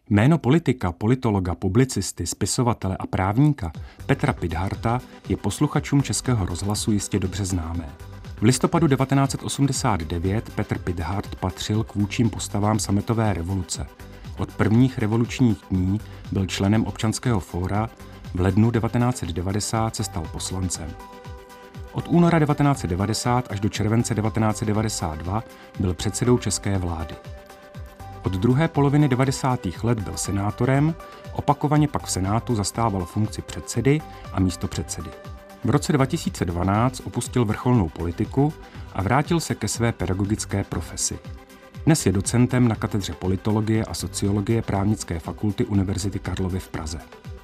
Jméno politika, politologa, publicisty, spisovatele a právníka Petra Pithardta je posluchačům Českého rozhlasu jistě dobře známé. V listopadu 1989 Petr Pithardt patřil k vůdčím postavám sametové revoluce. Od prvních revolučních dní byl členem Občanského fóra, v lednu 1990 se stal poslancem. Od února 1990 až do července 1992 byl předsedou české vlády. Od druhé poloviny 90. let byl senátorem, opakovaně pak v Senátu zastával funkci předsedy a místopředsedy. V roce 2012 opustil vrcholnou politiku a vrátil se ke své pedagogické profesi. Dnes je docentem na katedře politologie a sociologie Právnické fakulty Univerzity Karlovy v Praze.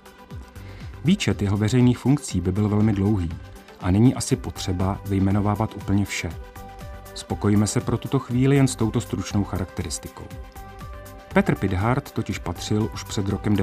Výčet jeho veřejných funkcí by byl velmi dlouhý a není asi potřeba vyjmenovávat úplně vše. Spokojíme se pro tuto chvíli jen s touto stručnou charakteristikou. Petr Pithardt totiž patřil už před rokem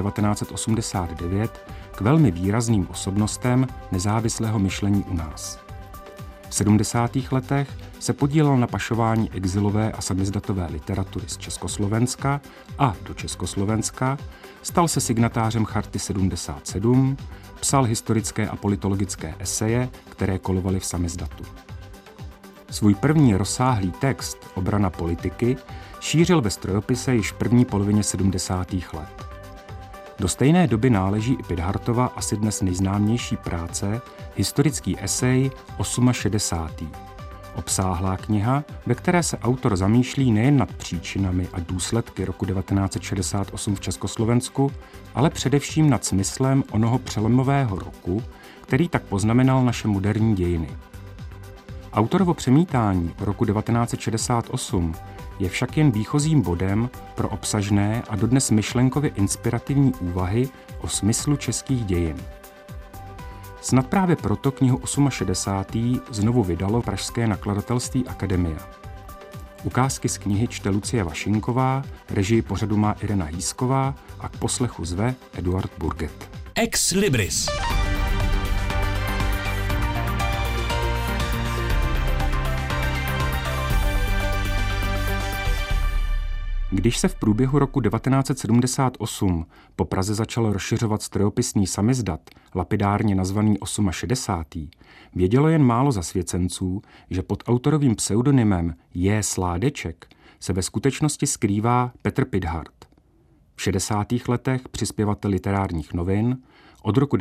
1989 k velmi výrazným osobnostem nezávislého myšlení u nás. V 70. letech se podílel na pašování exilové a samizdatové literatury z Československa a do Československa, stal se signatářem Charty 77, psal historické a politologické eseje, které kolovaly v samizdatu. Svůj první rozsáhlý text Obrana politiky šířil ve strojopise již v první polovině 70. let. Do stejné doby náleží i Pithardtova asi dnes nejznámější práce, historický esej 68. Obsáhlá kniha, ve které se autor zamýšlí nejen nad příčinami a důsledky roku 1968 v Československu, ale především nad smyslem onoho přelomového roku, který tak poznamenal naše moderní dějiny. Autorovo přemítání o roku 1968 je však jen výchozím bodem pro obsažné a dodnes myšlenkově inspirativní úvahy o smyslu českých dějin. Snad právě proto knihu 68. znovu vydalo pražské nakladatelství Akademia. Ukázky z knihy čte Lucie Vašinková, režii pořadu má Irena Hýsková a k poslechu zve Eduard Burget. Ex Libris. Když se v průběhu roku 1978 po Praze začal rozšiřovat strojopisný samizdat, lapidárně nazvaný 68., vědělo jen málo zasvěcenců, že pod autorovým pseudonymem J. Sládeček se ve skutečnosti skrývá Petr Pithardt. V 60. letech přispěvatel literárních novin, od roku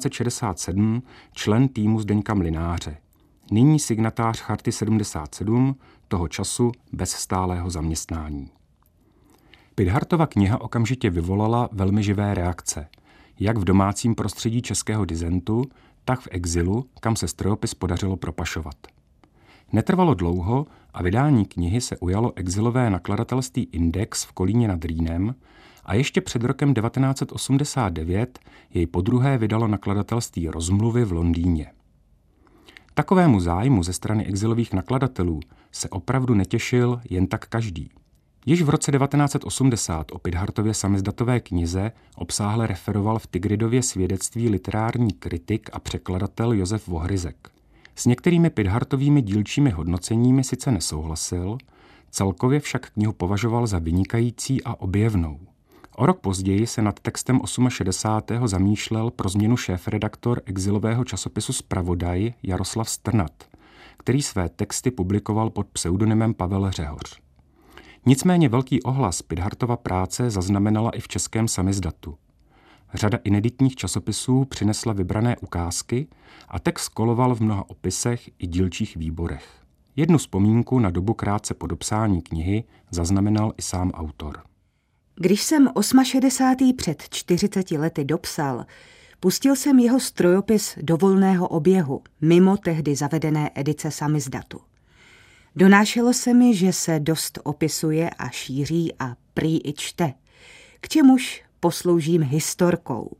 1967 člen týmu Zdeňka Mlynáře. Nyní signatář Charty 77, toho času bez stálého zaměstnání. Pithardtova kniha okamžitě vyvolala velmi živé reakce, jak v domácím prostředí českého disentu, tak v exilu, kam se strojopis podařilo propašovat. Netrvalo dlouho a vydání knihy se ujalo exilové nakladatelství Index v Kolíně nad Rýnem a ještě před rokem 1989 jej podruhé vydalo nakladatelství Rozmluvy v Londýně. Takovému zájmu ze strany exilových nakladatelů se opravdu netěšil jen tak každý. Již v roce 1980 o Pithardtově samizdatové knize obsáhle referoval v Tigridově svědectví literární kritik a překladatel Josef Vohryzek. S některými Pithardtovými dílčími hodnoceními sice nesouhlasil, celkově však knihu považoval za vynikající a objevnou. O rok později se nad textem 68. zamýšlel pro změnu šéfredaktor exilového časopisu Zpravodaj Jaroslav Strnad, který své texty publikoval pod pseudonymem Pavel Řehoř. Nicméně velký ohlas Pithardtova práce zaznamenala i v českém samizdatu. Řada ineditních časopisů přinesla vybrané ukázky a text koloval v mnoha opisech i dílčích výborech. Jednu vzpomínku na dobu krátce po dopsání knihy zaznamenal i sám autor. Když jsem 68. před 40 lety dopsal, pustil jsem jeho strojopis do volného oběhu, mimo tehdy zavedené edice samizdatu. Donášelo se mi, že se dost opisuje a šíří a prý i čte, k čemuž posloužím historkou.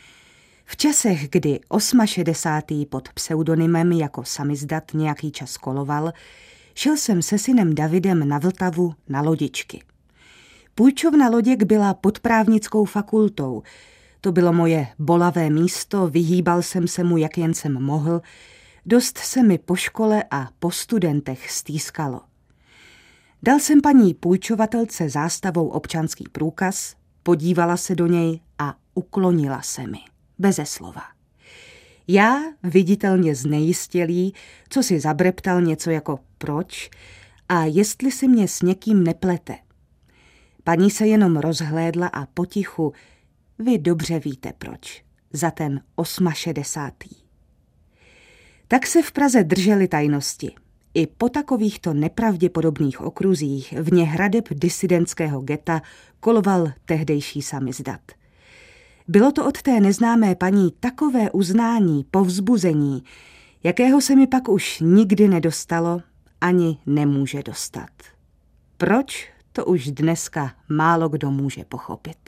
V časech, kdy 68. pod pseudonymem jako samizdat nějaký čas koloval, šel jsem se synem Davidem na Vltavu na lodičky. Půjčovna loděk byla pod právnickou fakultou. To bylo moje bolavé místo, vyhýbal jsem se mu, jak jen jsem mohl. Dost se mi po škole a po studentech stýskalo. Dal jsem paní půjčovatelce zástavou občanský průkaz, podívala se do něj a uklonila se mi, beze slova. Já, viditelně znejistělý, co si zabreptal něco jako proč a jestli si mě s někým neplete. Paní se jenom rozhlédla a potichu, vy dobře víte proč, za ten 68. Tak se v Praze držely tajnosti. I po takovýchto nepravděpodobných okruzích vně hradeb disidentského geta koloval tehdejší samizdat. Bylo to od té neznámé paní takové uznání, povzbuzení, jakého se mi pak už nikdy nedostalo, ani nemůže dostat. Proč, to už dneska málo kdo může pochopit.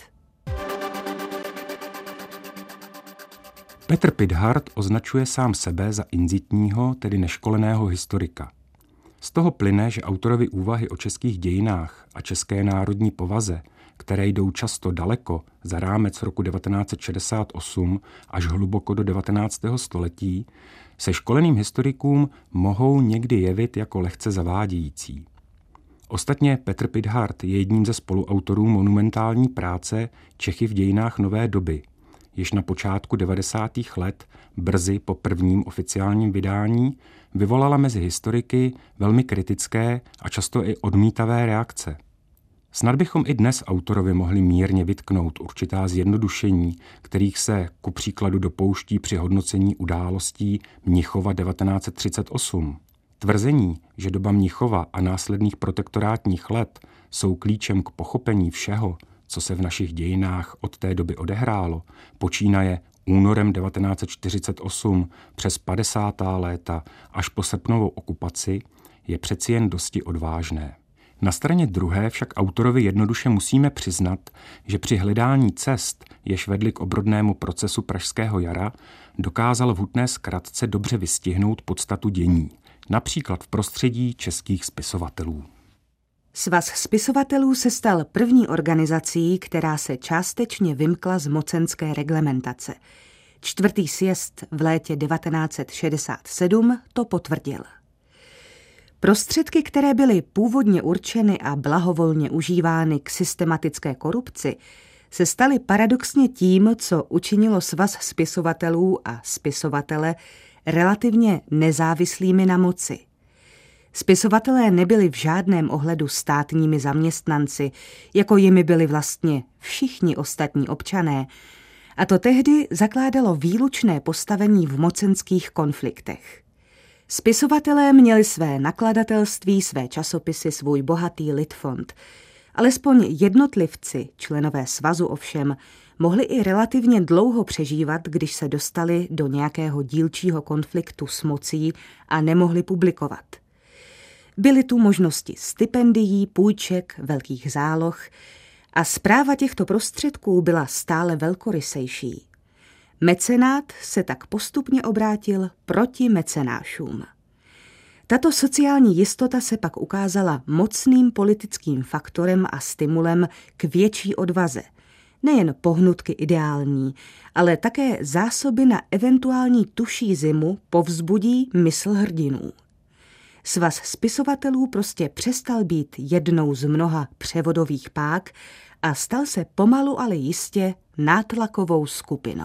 Petr Pithart označuje sám sebe za inzitního, tedy neškoleného historika. Z toho plyne, že autorovi úvahy o českých dějinách a české národní povaze, které jdou často daleko za rámec roku 1968 až hluboko do 19. století, se školeným historikům mohou někdy jevit jako lehce zavádějící. Ostatně Petr Pithart je jedním ze spoluautorů monumentální práce Čechy v dějinách nové doby, jež na počátku 90. let, brzy po prvním oficiálním vydání, vyvolala mezi historiky velmi kritické a často i odmítavé reakce. Snad bychom i dnes autorovi mohli mírně vytknout určitá zjednodušení, kterých se ku příkladu dopouští při hodnocení událostí Mnichova 1938. Tvrzení, že doba Mnichova a následných protektorátních let jsou klíčem k pochopení všeho, co se v našich dějinách od té doby odehrálo, počínaje únorem 1948 přes 50. léta až po srpnovou okupaci, je přeci jen dosti odvážné. Na straně druhé však autorovi jednoduše musíme přiznat, že při hledání cest, jež vedly k obrodnému procesu Pražského jara, dokázal v hutné zkratce dobře vystihnout podstatu dění, například v prostředí českých spisovatelů. Svaz spisovatelů se stal první organizací, která se částečně vymkla z mocenské reglementace. 4. sjezd v létě 1967 to potvrdil. Prostředky, které byly původně určeny a blahovolně užívány k systematické korupci, se staly paradoxně tím, co učinilo svaz spisovatelů a spisovatele relativně nezávislými na moci. Spisovatelé nebyli v žádném ohledu státními zaměstnanci, jako jimi byli vlastně všichni ostatní občané, a to tehdy zakládalo výlučné postavení v mocenských konfliktech. Spisovatelé měli své nakladatelství, své časopisy, svůj bohatý litfond. Alespoň jednotlivci, členové svazu ovšem, mohli i relativně dlouho přežívat, když se dostali do nějakého dílčího konfliktu s mocí a nemohli publikovat. Byly tu možnosti stipendií, půjček, velkých záloh a správa těchto prostředků byla stále velkorysejší. Mecenát se tak postupně obrátil proti mecenášům. Tato sociální jistota se pak ukázala mocným politickým faktorem a stimulem k větší odvaze. Nejen pohnutky ideální, ale také zásoby na eventuální tuší zimu povzbudí mysl hrdinů. Svaz spisovatelů prostě přestal být jednou z mnoha převodových pák a stal se pomalu, ale jistě nátlakovou skupinou.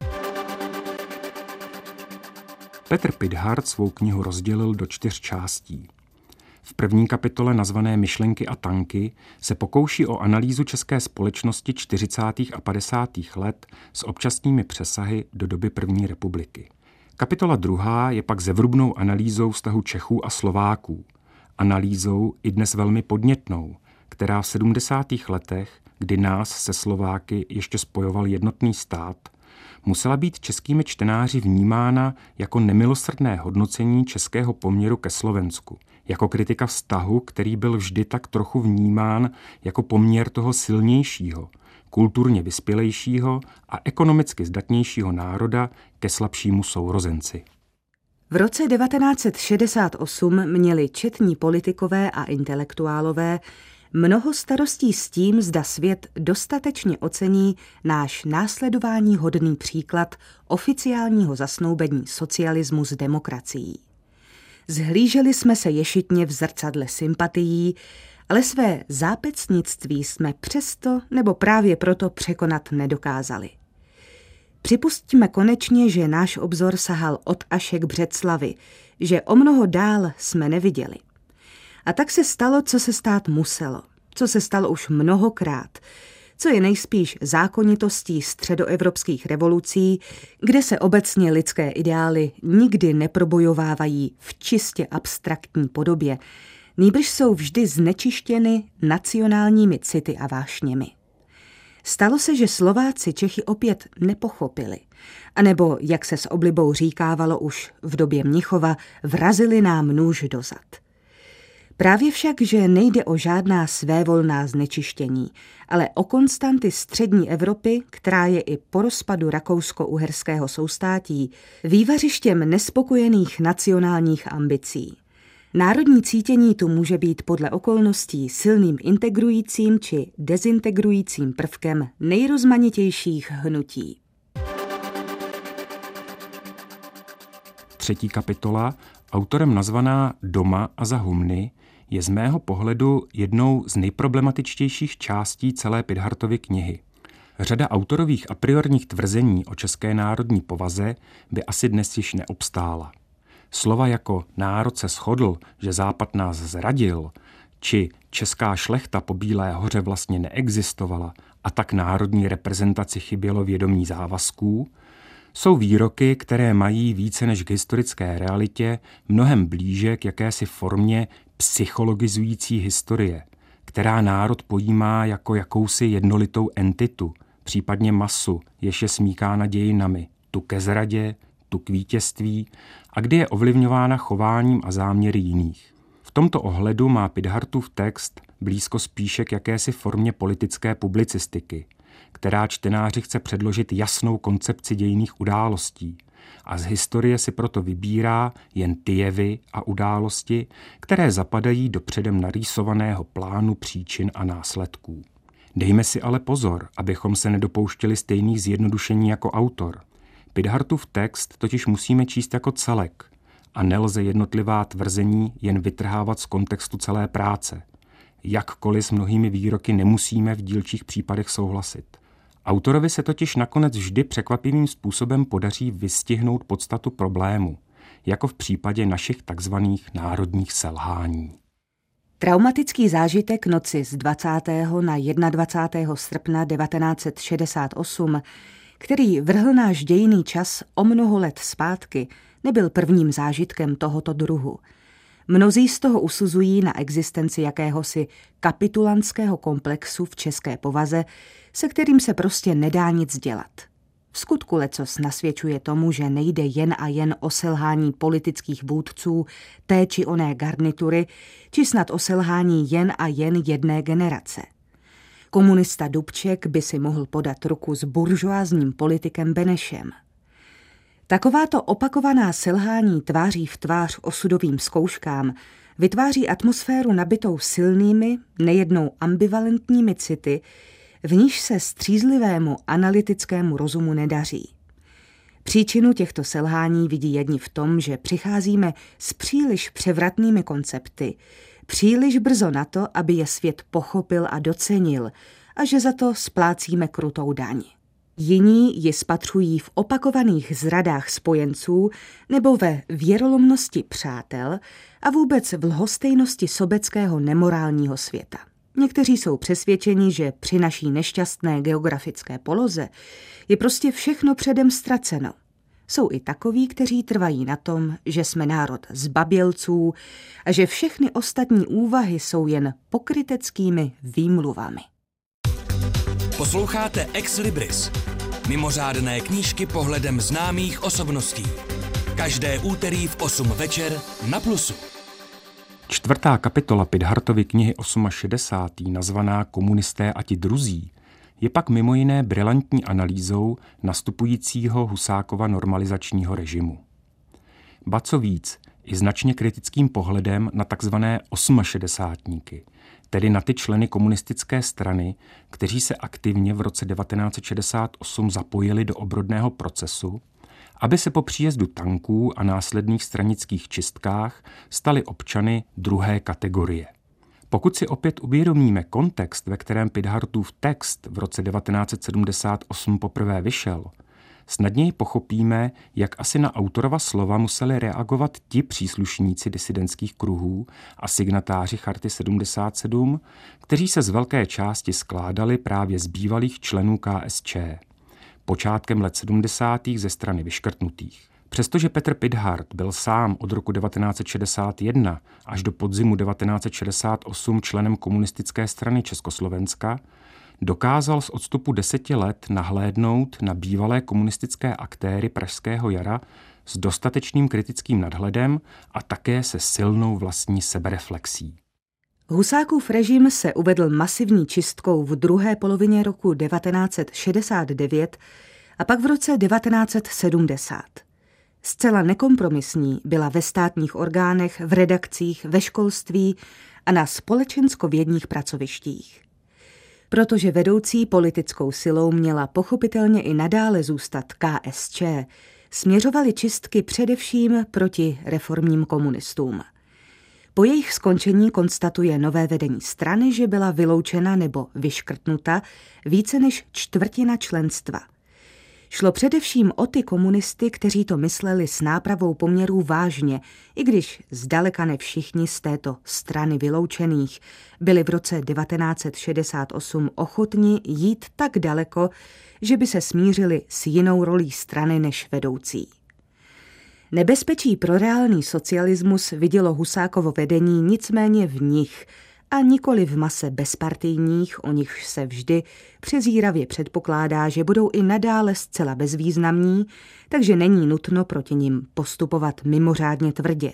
Petr Pithart svou knihu rozdělil do 4 částí. V první kapitole nazvané Myšlenky a tanky se pokouší o analýzu české společnosti 40. a 50. let s občasnými přesahy do doby první republiky. Kapitola 2. je pak zevrubnou analýzou vztahu Čechů a Slováků. Analýzou i dnes velmi podnětnou, která v 70. letech, kdy nás se Slováky ještě spojoval jednotný stát, musela být českými čtenáři vnímána jako nemilosrdné hodnocení českého poměru ke Slovensku, jako kritika vztahu, který byl vždy tak trochu vnímán jako poměr toho silnějšího, kulturně vyspělejšího a ekonomicky zdatnějšího národa ke slabšímu sourozenci. V roce 1968 měli četní politikové a intelektuálové mnoho starostí s tím, zda svět dostatečně ocení náš následování hodný příklad oficiálního zasnoubení socialismu s demokracií. Zhlíželi jsme se ješitně v zrcadle sympatií ale své zápecnictví jsme přesto nebo právě proto překonat nedokázali. Připustíme konečně, že náš obzor sahal od Aše k Břeclavi, že o mnoho dál jsme neviděli. A tak se stalo, co se stát muselo, co se stalo už mnohokrát, co je nejspíš zákonitostí středoevropských revolucí, kde se obecně lidské ideály nikdy neprobojovávají v čistě abstraktní podobě, nýbrž jsou vždy znečištěny nacionálními city a vášněmi. Stalo se, že Slováci Čechy opět nepochopili, anebo, jak se s oblibou říkávalo už v době Mnichova, vrazili nám nůž do zad. Právě však, že nejde o žádná svévolná znečištění, ale o konstanty střední Evropy, která je i po rozpadu rakousko-uherského soustátí vývařištěm nespokojených nacionálních ambicí. Národní cítění tu může být podle okolností silným integrujícím či dezintegrujícím prvkem nejrozmanitějších hnutí. 3. kapitola, autorem nazvaná Doma a za humny, je z mého pohledu jednou z nejproblematičtějších částí celé Pidhartovy knihy. Řada autorových a priorních tvrzení o české národní povaze by asi dnes již neobstála. Slova jako národ se shodl, že Západ nás zradil, či česká šlechta po Bílé hoře vlastně neexistovala a tak národní reprezentaci chybělo vědomí závazků, jsou výroky, které mají více než k historické realitě mnohem blíže k jakési formě psychologizující historie, která národ pojímá jako jakousi jednolitou entitu, případně masu, jež je smíkána dějinami, tu ke zradě, tu k vítězství a kdy je ovlivňována chováním a záměry jiných. V tomto ohledu má Pidhartův text blízko spíše k jakési formě politické publicistiky, která čtenáři chce předložit jasnou koncepci dějinných událostí a z historie si proto vybírá jen ty jevy a události, které zapadají do předem narýsovaného plánu příčin a následků. Dejme si ale pozor, abychom se nedopouštěli stejných zjednodušení jako autor. Pidhartův text totiž musíme číst jako celek a nelze jednotlivá tvrzení jen vytrhávat z kontextu celé práce. Jakkoliv s mnohými výroky nemusíme v dílčích případech souhlasit. Autorovi se totiž nakonec vždy překvapivým způsobem podaří vystihnout podstatu problému, jako v případě našich takzvaných národních selhání. Traumatický zážitek noci z 20. na 21. srpna 1968, který vrhl náš dějinný čas o mnoho let zpátky, nebyl prvním zážitkem tohoto druhu. Mnozí z toho usuzují na existenci jakéhosi kapitulantského komplexu v české povaze, se kterým se prostě nedá nic dělat. V skutku lecos nasvědčuje tomu, že nejde jen a jen o selhání politických vůdců té či oné garnitury, či snad o selhání jen a jen jedné generace. Komunista Dubček by si mohl podat ruku s buržoázním politikem Benešem. Takováto opakovaná selhání tváří v tvář osudovým zkouškám vytváří atmosféru nabitou silnými, nejednou ambivalentními city, v níž se střízlivému analytickému rozumu nedaří. Příčinu těchto selhání vidí jedni v tom, že přicházíme s příliš převratnými koncepty, příliš brzo na to, aby je svět pochopil a docenil, a že za to splácíme krutou daň. Jiní ji spatřují v opakovaných zradách spojenců nebo ve věrolomnosti přátel a vůbec v lhostejnosti sobeckého nemorálního světa. Někteří jsou přesvědčeni, že při naší nešťastné geografické poloze je prostě všechno předem ztraceno. Jsou i takoví, kteří trvají na tom, že jsme národ zbabělců a že všechny ostatní úvahy jsou jen pokryteckými výmluvami. Posloucháte Ex Libris, mimořádné knížky pohledem známých osobností. Každé úterý v 8 večer na Plusu. 4. kapitola Pidhartovy knihy 68. nazvaná Komunisté a ti druzí je pak mimo jiné brilantní analýzou nastupujícího Husákova normalizačního režimu. Ba co víc, i značně kritickým pohledem na takzvané 68, tedy na ty členy komunistické strany, kteří se aktivně v roce 1968 zapojili do obrodného procesu, aby se po příjezdu tanků a následných stranických čistkách stali občany druhé kategorie. Pokud si opět uvědomíme kontext, ve kterém Pidhartův text v roce 1978 poprvé vyšel, snadněji pochopíme, jak asi na autorova slova museli reagovat ti příslušníci disidentských kruhů a signatáři Charty 77, kteří se z velké části skládali právě z bývalých členů KSČ. Počátkem let 70. ze strany vyškrtnutých. Přestože Petr Pidhart byl sám od roku 1961 až do podzimu 1968 členem Komunistické strany Československa, dokázal z odstupu 10 let nahlédnout na bývalé komunistické aktéry Pražského jara s dostatečným kritickým nadhledem a také se silnou vlastní sebereflexí. Husákův režim se uvedl masivní čistkou v druhé polovině roku 1969 a pak v roce 1970. Zcela nekompromisní byla ve státních orgánech, v redakcích, ve školství a na společenskovědních pracovištích. Protože vedoucí politickou silou měla pochopitelně i nadále zůstat KSČ, směřovaly čistky především proti reformním komunistům. Po jejich skončení konstatuje nové vedení strany, že byla vyloučena nebo vyškrtnuta více než čtvrtina členstva. Šlo především o ty komunisty, kteří to mysleli s nápravou poměrů vážně, i když zdaleka ne všichni z této strany vyloučených byli v roce 1968 ochotni jít tak daleko, že by se smířili s jinou rolí strany než vedoucí. Nebezpečí pro reálný socialismus vidělo Husákovo vedení nicméně v nich a nikoli v mase bezpartijních, o nich se vždy přezíravě předpokládá, že budou i nadále zcela bezvýznamní, takže není nutno proti nim postupovat mimořádně tvrdě.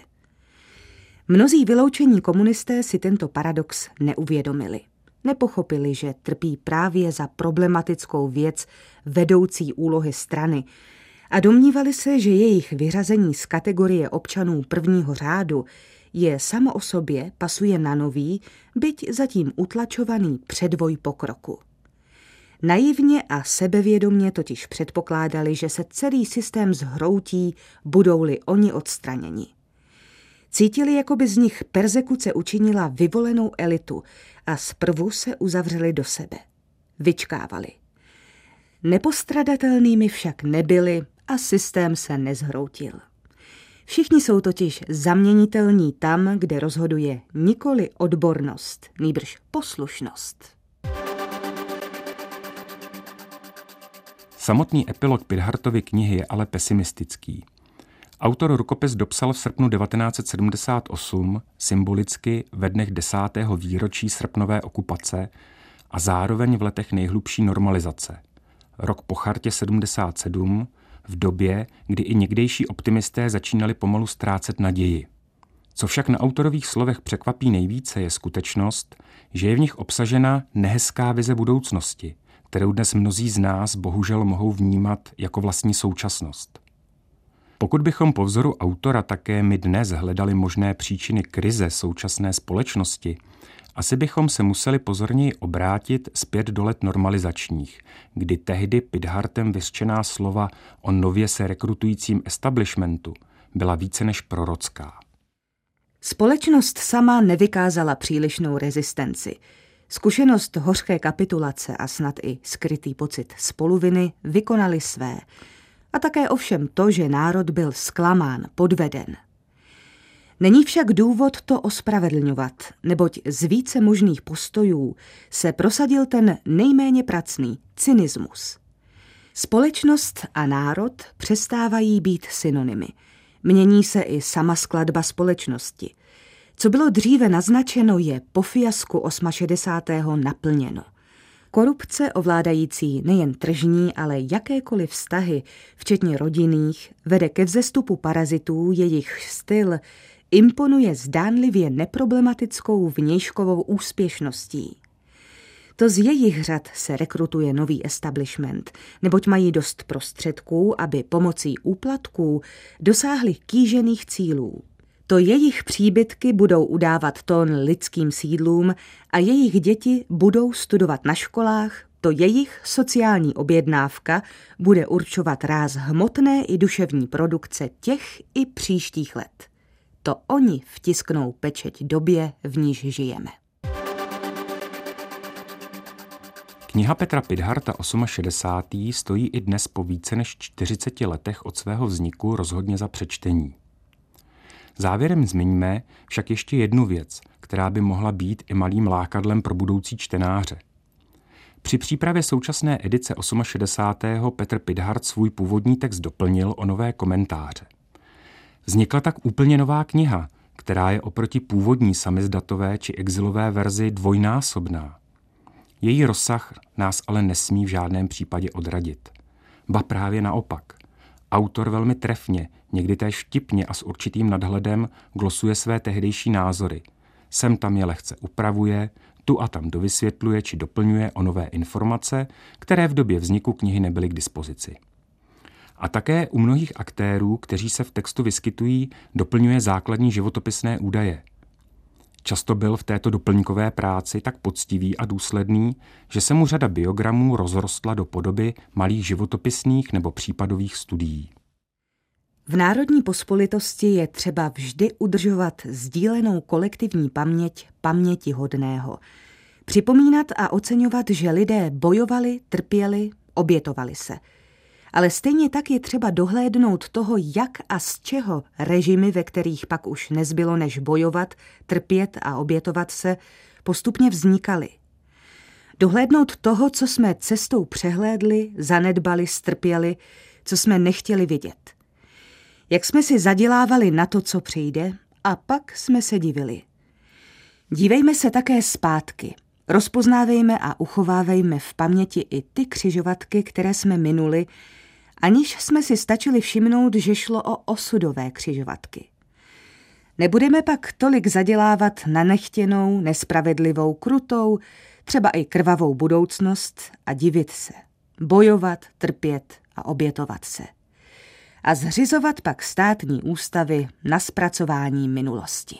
Mnozí vyloučení komunisté si tento paradox neuvědomili. Nepochopili, že trpí právě za problematickou věc vedoucí úlohy strany a domnívali se, že jejich vyřazení z kategorie občanů prvního řádu je samo o sobě pasuje na nový, byť zatím utlačovaný předvoj pokroku. Naivně a sebevědomně totiž předpokládali, že se celý systém zhroutí, budou-li oni odstraněni. Cítili, jako by z nich perzekuce učinila vyvolenou elitu a zprvu se uzavřeli do sebe. Vyčkávali. Nepostradatelnými však nebyli a systém se nezhroutil. Všichni jsou totiž zaměnitelní tam, kde rozhoduje nikoli odbornost, nýbrž poslušnost. Samotný epilog Pidhartovy knihy je ale pesimistický. Autor rukopis dopsal v srpnu 1978, symbolicky ve dnech 10. výročí srpnové okupace a zároveň v letech nejhlubší normalizace. Rok po chartě 77, v době, kdy i někdejší optimisté začínali pomalu ztrácet naději. Co však na autorových slovech překvapí nejvíce, je skutečnost, že je v nich obsažena nehezká vize budoucnosti, kterou dnes mnozí z nás bohužel mohou vnímat jako vlastní současnost. Pokud bychom po vzoru autora také my dnes hledali možné příčiny krize současné společnosti, asi bychom se museli pozorněji obrátit zpět do let normalizačních, kdy tehdy Pidhartem vyřčená slova o nově se rekrutujícím establishmentu byla více než prorocká. Společnost sama nevykázala přílišnou rezistenci. Zkušenost hořké kapitulace a snad i skrytý pocit spoluviny vykonali své. A také ovšem to, že národ byl zklamán, podveden. Není však důvod to ospravedlňovat, neboť z více možných postojů se prosadil ten nejméně pracný cynismus. Společnost a národ přestávají být synonymy. Mění se i sama skladba společnosti. Co bylo dříve naznačeno, je po fiasku 68. naplněno. Korupce ovládající nejen tržní, ale jakékoliv vztahy, včetně rodinných, vede ke vzestupu parazitů, jejich styl imponuje zdánlivě neproblematickou vnějškovou úspěšností. To z jejich řad se rekrutuje nový establishment, neboť mají dost prostředků, aby pomocí úplatků dosáhli kýžených cílů. To jejich příbytky budou udávat tón lidským sídlům a jejich děti budou studovat na školách, to jejich sociální objednávka bude určovat ráz hmotné i duševní produkce těch i příštích let. To oni vtisknou pečeť době, v níž žijeme. Kniha Petra Pidharta 68. stojí i dnes po více než 40 letech od svého vzniku rozhodně za přečtení. Závěrem zmiňme však ještě jednu věc, která by mohla být i malým lákadlem pro budoucí čtenáře. Při přípravě současné edice 68. Petr Pidhart svůj původní text doplnil o nové komentáře. Vznikla tak úplně nová kniha, která je oproti původní samizdatové či exilové verzi dvojnásobná. Její rozsah nás ale nesmí v žádném případě odradit. Ba právě naopak. Autor velmi trefně, někdy též vtipně a s určitým nadhledem glosuje své tehdejší názory. Sem tam je lehce upravuje, tu a tam dovysvětluje či doplňuje o nové informace, které v době vzniku knihy nebyly k dispozici. A také u mnohých aktérů, kteří se v textu vyskytují, doplňuje základní životopisné údaje. Často byl v této doplňkové práci tak poctivý a důsledný, že se mu řada biogramů rozrostla do podoby malých životopisných nebo případových studií. V národní pospolitosti je třeba vždy udržovat sdílenou kolektivní paměť pamětihodného. Připomínat a oceňovat, že lidé bojovali, trpěli, obětovali se. Ale stejně tak je třeba dohlédnout toho, jak a z čeho režimy, ve kterých pak už nezbylo než bojovat, trpět a obětovat se, postupně vznikaly. Dohlédnout toho, co jsme cestou přehlédli, zanedbali, strpěli, co jsme nechtěli vidět. Jak jsme si zadělávali na to, co přijde, a pak jsme se divili. Dívejme se také zpátky. Rozpoznávejme a uchovávejme v paměti i ty křižovatky, které jsme minuli, aniž jsme si stačili všimnout, že šlo o osudové křižovatky. Nebudeme pak tolik zadělávat na nechtěnou, nespravedlivou, krutou, třeba i krvavou budoucnost a divit se, bojovat, trpět a obětovat se. A zřizovat pak státní ústavy na zpracování minulosti.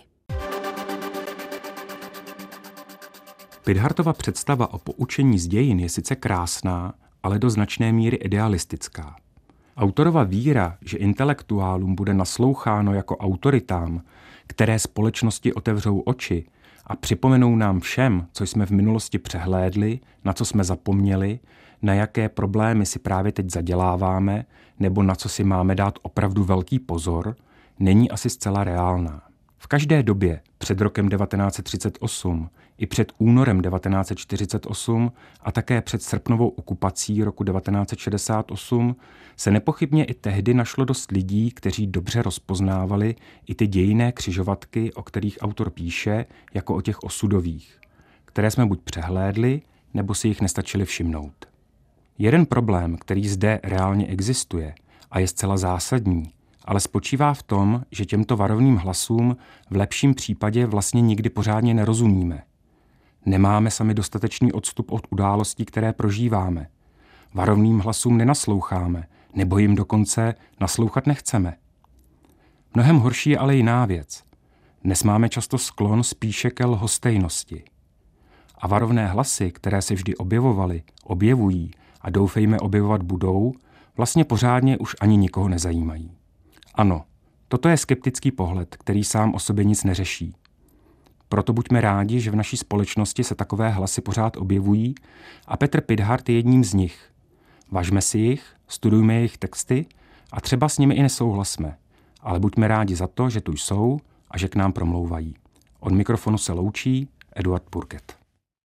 Pidhartova představa o poučení z dějin je sice krásná, ale do značné míry idealistická. Autorova víra, že intelektuálům bude nasloucháno jako autoritám, které společnosti otevřou oči a připomenou nám všem, co jsme v minulosti přehlédli, na co jsme zapomněli, na jaké problémy si právě teď zaděláváme, nebo na co si máme dát opravdu velký pozor, není asi zcela reálná. V každé době před rokem 1938 i před únorem 1948 a také před srpnovou okupací roku 1968 se nepochybně i tehdy našlo dost lidí, kteří dobře rozpoznávali i ty dějinné křižovatky, o kterých autor píše, jako o těch osudových, které jsme buď přehlédli, nebo si jich nestačili všimnout. Jeden problém, který zde reálně existuje a je zcela zásadní, ale spočívá v tom, že těmto varovným hlasům v lepším případě vlastně nikdy pořádně nerozumíme. Nemáme sami dostatečný odstup od událostí, které prožíváme. Varovným hlasům nenasloucháme, nebo jim dokonce naslouchat nechceme. Mnohem horší je ale jiná věc. Dnes máme často sklon spíše ke lhostejnosti. A varovné hlasy, které se vždy objevovaly, objevují a doufejme objevovat budou, vlastně pořádně už ani nikoho nezajímají. Ano, toto je skeptický pohled, který sám o sobě nic neřeší. Proto buďme rádi, že v naší společnosti se takové hlasy pořád objevují a Petr Pidhart je jedním z nich. Važme si jich, studujme jejich texty a třeba s nimi i nesouhlasme, ale buďme rádi za to, že tu jsou a že k nám promlouvají. Od mikrofonu se loučí Eduard Burget.